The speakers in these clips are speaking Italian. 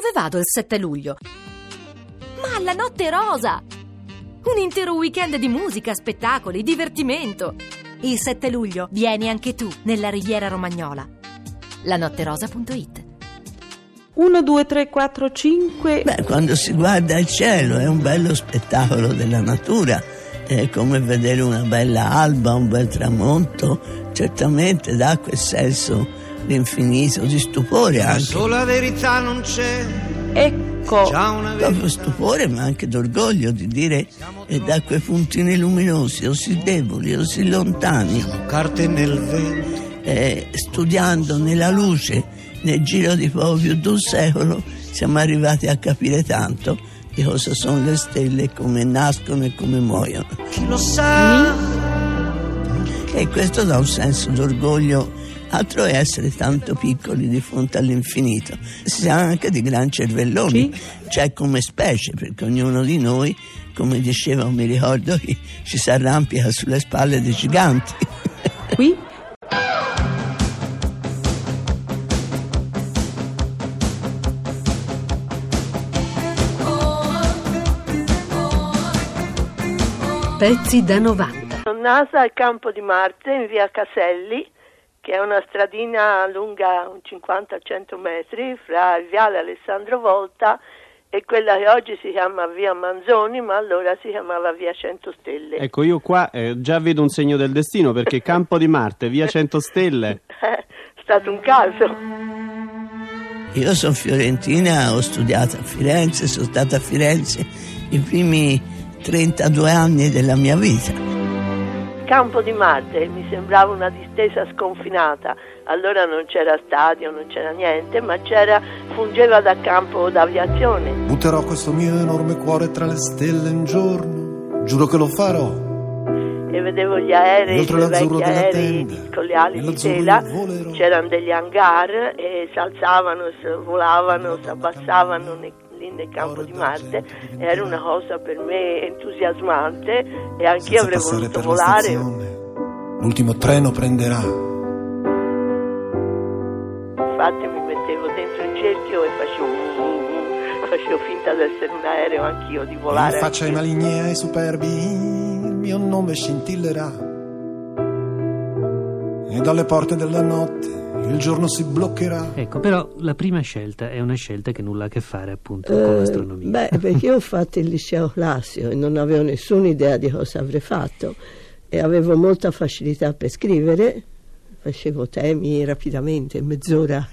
Dove vado il 7 luglio? Ma alla Notte Rosa! Un intero weekend di musica, spettacoli, divertimento. Il 7 luglio vieni anche tu nella Riviera Romagnola. lanotterosa.it. 1, 2, 3, 4, 5. Quando si guarda il cielo è un bello spettacolo della natura, è come vedere una bella alba, un bel tramonto, certamente dà quel senso di infinito, di stupore anche. La sola verità non c'è. Ecco, Proprio stupore, ma anche d'orgoglio di dire e da quei puntini luminosi, così deboli, così lontani, Carte nel vento. studiando nella luce nel giro di poco più di un secolo, siamo arrivati a capire tanto di cosa sono le stelle, come nascono e come muoiono. Chi lo sa? E questo dà un senso d'orgoglio. Altro è essere tanto piccoli di fronte all'infinito. Siamo anche di gran cervelloni, cioè come specie, perché ognuno di noi, come diceva, mi ricordo, ci si arrampica sulle spalle dei giganti. qui Pezzi da 90. Sono nata al Campo di Marte in via Caselli, che è una stradina lunga un 50-100 metri fra il viale Alessandro Volta e quella che oggi si chiama via Manzoni, ma allora si chiamava via 100 Stelle. Ecco, io qua già vedo un segno del destino, perché Campo di Marte, via 100 Stelle. È stato un caso. Io sono fiorentina, ho studiato a Firenze, sono stata a Firenze i primi 32 anni della mia vita. Campo di Marte mi sembrava una distesa sconfinata, allora non c'era stadio, non c'era niente, ma fungeva da campo d'aviazione. Butterò questo mio enorme cuore tra le stelle un giorno, giuro che lo farò. E vedevo gli aerei, i l'azzurro vecchi della aerei tenda, con le ali di nell'azzurro tela, io volerò. c'erano degli hangar e si alzavano, volavano, si abbassavano lì nel campo di Marte. Era una cosa per me entusiasmante e anch'io avrei voluto volare. L'ultimo treno prenderà. Infatti mi mettevo dentro il cerchio e facevo finta di essere un aereo anch'io, di volare. In faccia ai maligni e ai superbi il mio nome scintillerà. E dalle porte della notte il giorno si bloccherà. Ecco, però la prima scelta è una scelta che nulla ha a che fare appunto con l'astronomia. Perché io ho fatto il liceo classico e non avevo nessuna idea di cosa avrei fatto e avevo molta facilità per scrivere, facevo temi rapidamente, in mezz'ora.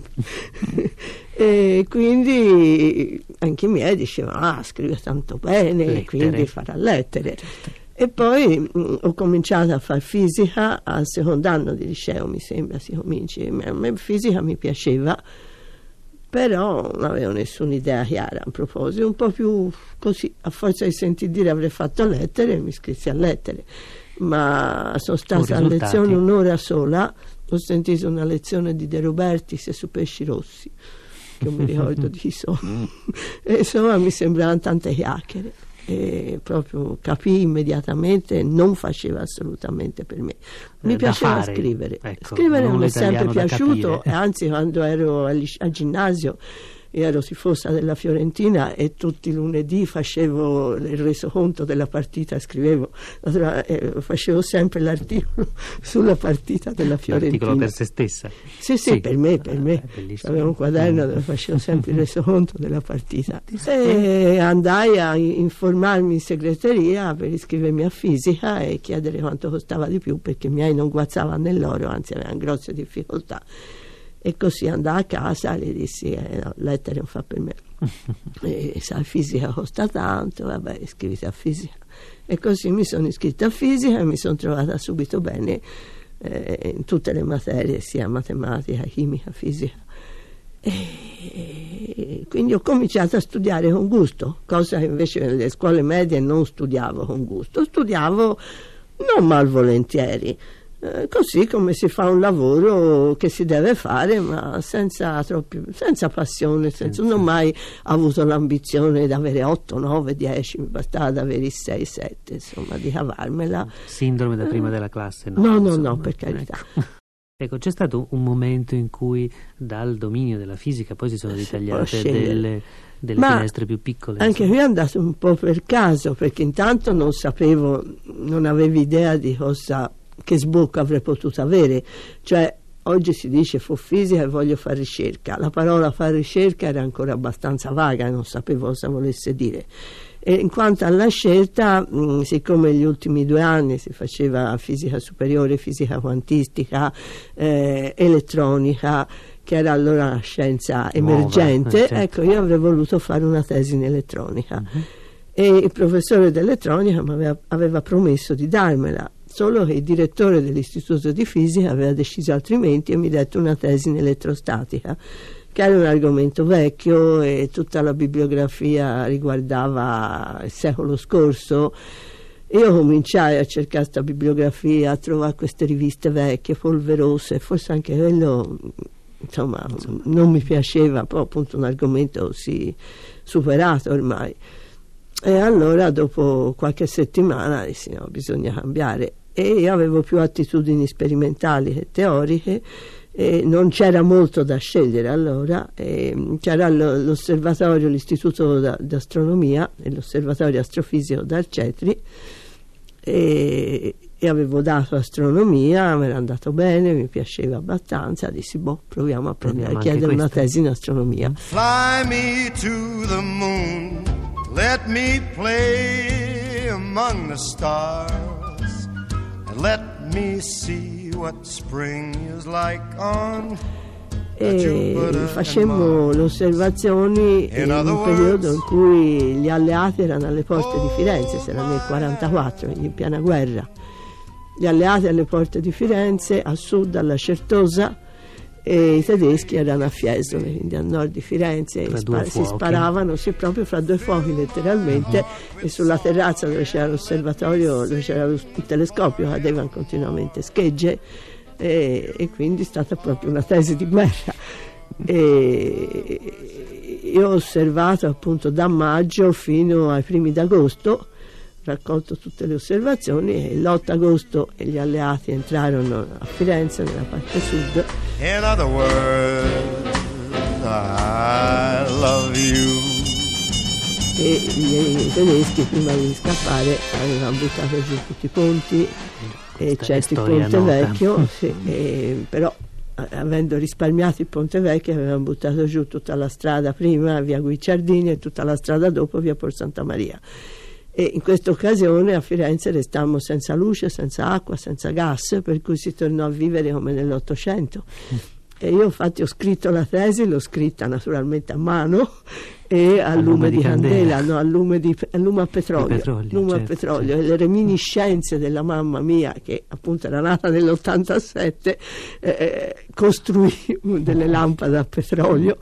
E quindi anche i miei dicevano scrive tanto bene, lettere. quindi farà lettere. E poi ho cominciato a fare fisica al secondo anno di liceo, mi sembra si cominci. A me fisica mi piaceva, però non avevo nessuna idea chiara a proposito, un po' più così, a forza di sentir dire avrei fatto lettere, mi iscrissi a lettere, ma sono stata a lezione un'ora sola, ho sentito una lezione di De Robertis su pesci rossi, che non mi ricordo di chi sono, e insomma mi sembravano tante chiacchiere. E proprio capii immediatamente, non faceva assolutamente per me. Mi piaceva scrivere. Ecco, scrivere mi è sempre piaciuto, e anzi quando ero al ginnasio io ero tifosa della Fiorentina e tutti i lunedì facevo il resoconto della partita, scrivevo, facevo sempre l'articolo sulla partita della Fiorentina. L'articolo per se stessa? Sì, per me. Avevo un quaderno dove facevo sempre il resoconto della partita. E andai a informarmi in segreteria per iscrivermi a fisica e chiedere quanto costava di più, perché i miei non guazzavano nell'oro, anzi avevano grosse difficoltà. E così andai a casa e le dissi no, lettere non fa per me, fisica costa tanto, vabbè, iscriviti a fisica. E così mi sono iscritta a fisica e mi sono trovata subito bene in tutte le materie, sia matematica, chimica, fisica. E quindi ho cominciato a studiare con gusto, cosa che invece nelle scuole medie non studiavo con gusto, studiavo non malvolentieri. Così come si fa un lavoro che si deve fare, ma senza passione, non ho mai avuto l'ambizione di avere 8, 9, 10, mi bastava di avere 6, 7, insomma, di cavarmela. Sindrome da prima della classe? No, per carità. Ecco. Ecco, c'è stato un momento in cui dal dominio della fisica poi si sono ritagliate delle finestre più piccole. Anche qui è andato un po' per caso, perché intanto non sapevo, non avevo idea di cosa, che sbocco avrei potuto avere. Cioè, oggi si dice fu fisica e voglio fare ricerca. La parola fare ricerca era ancora abbastanza vaga e non sapevo cosa volesse dire. E in quanto alla scelta, siccome negli ultimi 2 anni si faceva fisica superiore, fisica quantistica, elettronica, che era allora una scienza emergente, certo. Ecco, io avrei voluto fare una tesi in elettronica. E il professore d'elettronica mi aveva promesso di darmela, solo che il direttore dell'istituto di fisica aveva deciso altrimenti e mi ha detto una tesi in elettrostatica, che era un argomento vecchio e tutta la bibliografia riguardava il secolo scorso. Io cominciai a cercare questa bibliografia, a trovare queste riviste vecchie, polverose, forse anche quello, insomma, non mi piaceva, poi appunto un argomento così superato ormai. E allora dopo qualche settimana dissi no, bisogna cambiare. E io avevo più attitudini sperimentali che teoriche, e non c'era molto da scegliere allora, c'era l'osservatorio, l'istituto d'astronomia e l'osservatorio astrofisico d'Arcetri, e avevo dato astronomia, mi era andato bene, mi piaceva abbastanza, dissi proviamo a chiedere una tesi in astronomia. Fly me to the moon, let me play among the stars, and let me see what spring is like on. E facemmo le osservazioni in un periodo in cui gli alleati erano alle porte di Firenze, era nel 1944, in piena guerra. Gli alleati alle porte di Firenze, a sud alla Certosa, e i tedeschi erano a Fiesole, quindi a nord di Firenze, si sparavano proprio fra 2 fuochi letteralmente, e sulla terrazza dove c'era l'osservatorio, dove c'era il telescopio, cadevano continuamente schegge, e quindi è stata proprio una tesi di guerra. E io ho osservato appunto da maggio fino ai primi d'agosto, raccolto tutte le osservazioni, e l'8 agosto gli alleati entrarono a Firenze nella parte sud. In other words, I love you. E i tedeschi prima di scappare avevano buttato giù tutti i ponti, eccetto il Ponte Vecchio, però avendo risparmiato il Ponte Vecchio avevano buttato giù tutta la strada prima, via Guicciardini, e tutta la strada dopo, via Por Santa Maria. E in questa occasione a Firenze restammo senza luce, senza acqua, senza gas, per cui si tornò a vivere come nell'Ottocento. E io infatti ho scritto la tesi, l'ho scritta naturalmente a mano e a lume di candela, no, a lume a petrolio, a petrolio. E le reminiscenze della mamma mia, che appunto era nata nell'87, costruì delle lampade a petrolio.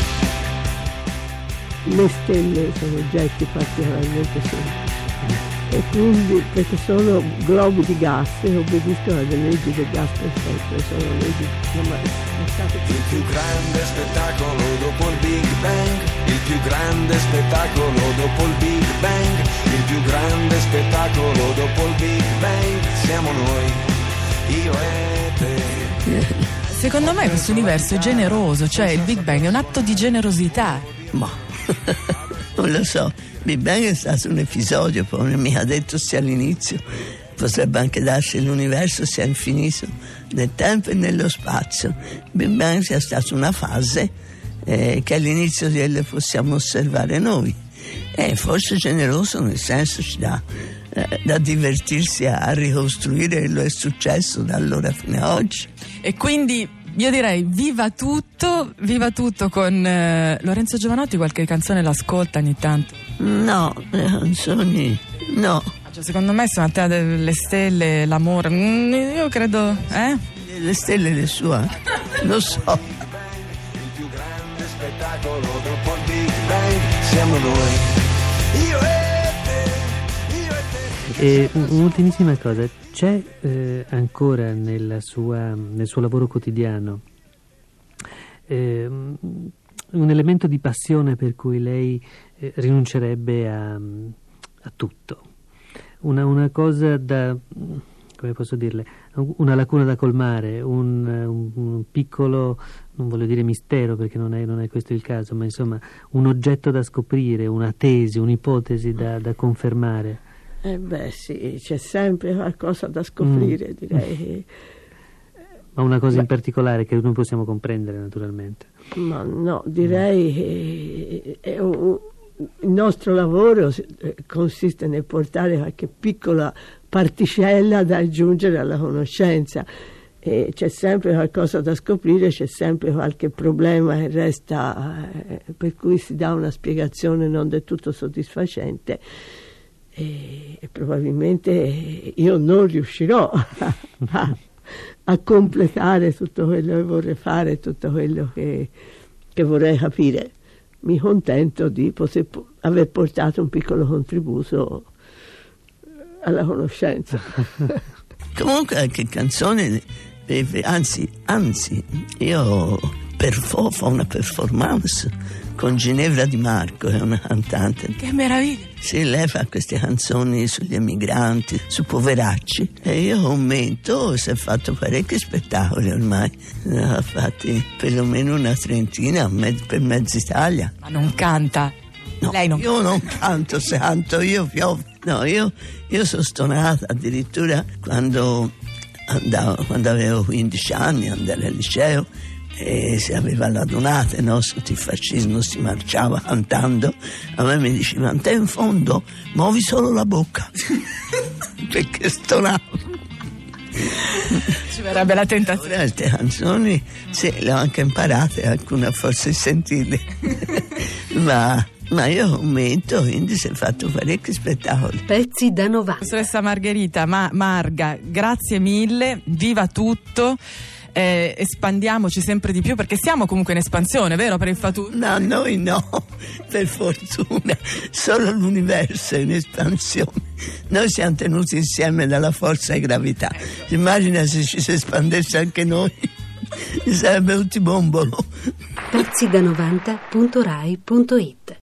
Le stelle sono oggetti particolarmente semplici, e quindi perché sono globi di gas e obbediscono alle leggi del gas perfetto, sono leggi il più grande spettacolo dopo il Big Bang, il più grande spettacolo dopo il Big Bang, il più grande spettacolo dopo il Big Bang siamo noi, io e te. Secondo me questo universo è generoso, cioè il Big Bang è un atto di generosità. Ma non lo so, Big Bang è stato un episodio, poi non mi ha detto sia all'inizio, potrebbe anche darsi l'universo sia infinito nel tempo e nello spazio. Big Bang sia stata una fase che all'inizio di ella possiamo osservare noi, forse generoso nel senso ci dà da divertirsi a ricostruire quello che è successo da allora fino a oggi. E quindi io direi viva tutto con Lorenzo Giovanotti. Qualche canzone l'ascolta ogni tanto? No, le canzoni no. Cioè, secondo me sono a te delle stelle, l'amore, io credo, Le stelle le sue, lo so. Il più grande spettacolo dopo il Big Bang siamo noi, io e te. E un'ultimissima cosa, c'è ancora nel suo lavoro quotidiano un elemento di passione per cui lei rinuncerebbe a tutto, una cosa da, come posso dirle, una lacuna da colmare, un piccolo, non voglio dire mistero perché non è questo il caso, ma insomma un oggetto da scoprire, una tesi, un'ipotesi da confermare. Sì, c'è sempre qualcosa da scoprire, direi. Ma una cosa in particolare che noi possiamo comprendere naturalmente? Ma no, direi che il nostro lavoro consiste nel portare qualche piccola particella da aggiungere alla conoscenza, e c'è sempre qualcosa da scoprire, c'è sempre qualche problema che resta, per cui si dà una spiegazione non del tutto soddisfacente, e probabilmente io non riuscirò a completare tutto quello che vorrei fare, tutto quello che vorrei capire. Mi contento di poter aver portato un piccolo contributo alla conoscenza. Comunque che canzone, anzi io fa una performance con Ginevra Di Marco, che è una cantante. Che meraviglia! Sì, lei fa queste canzoni sugli emigranti, su poveracci, e io commento, si è fatto parecchi spettacoli ormai, ne ha fatti perlomeno una trentina per mezza Italia. Ma non canta? No, lei non... Io non canto, se canto io piove. No, io sono stonata addirittura quando avevo 15 anni, andavo al liceo e si aveva la donata, no? Sotto il fascismo si marciava cantando, a me mi dicevano: te in fondo muovi solo la bocca perché stonavo. Ci verrebbe la tentazione. Queste canzoni sì, le ho anche imparate, alcune forse sentirle ma io commento, quindi si è fatto parecchi spettacoli. Pezzi da 90. Professoressa Margherita Marga, grazie mille, viva tutto. Espandiamoci sempre di più, perché siamo comunque in espansione, vero, per il Faturo? No, noi no, per fortuna, solo l'universo è in espansione. Noi siamo tenuti insieme dalla forza e gravità. Immagina se ci si espandesse anche noi, sarebbe un bombolo. Pezzi da 90.rai.it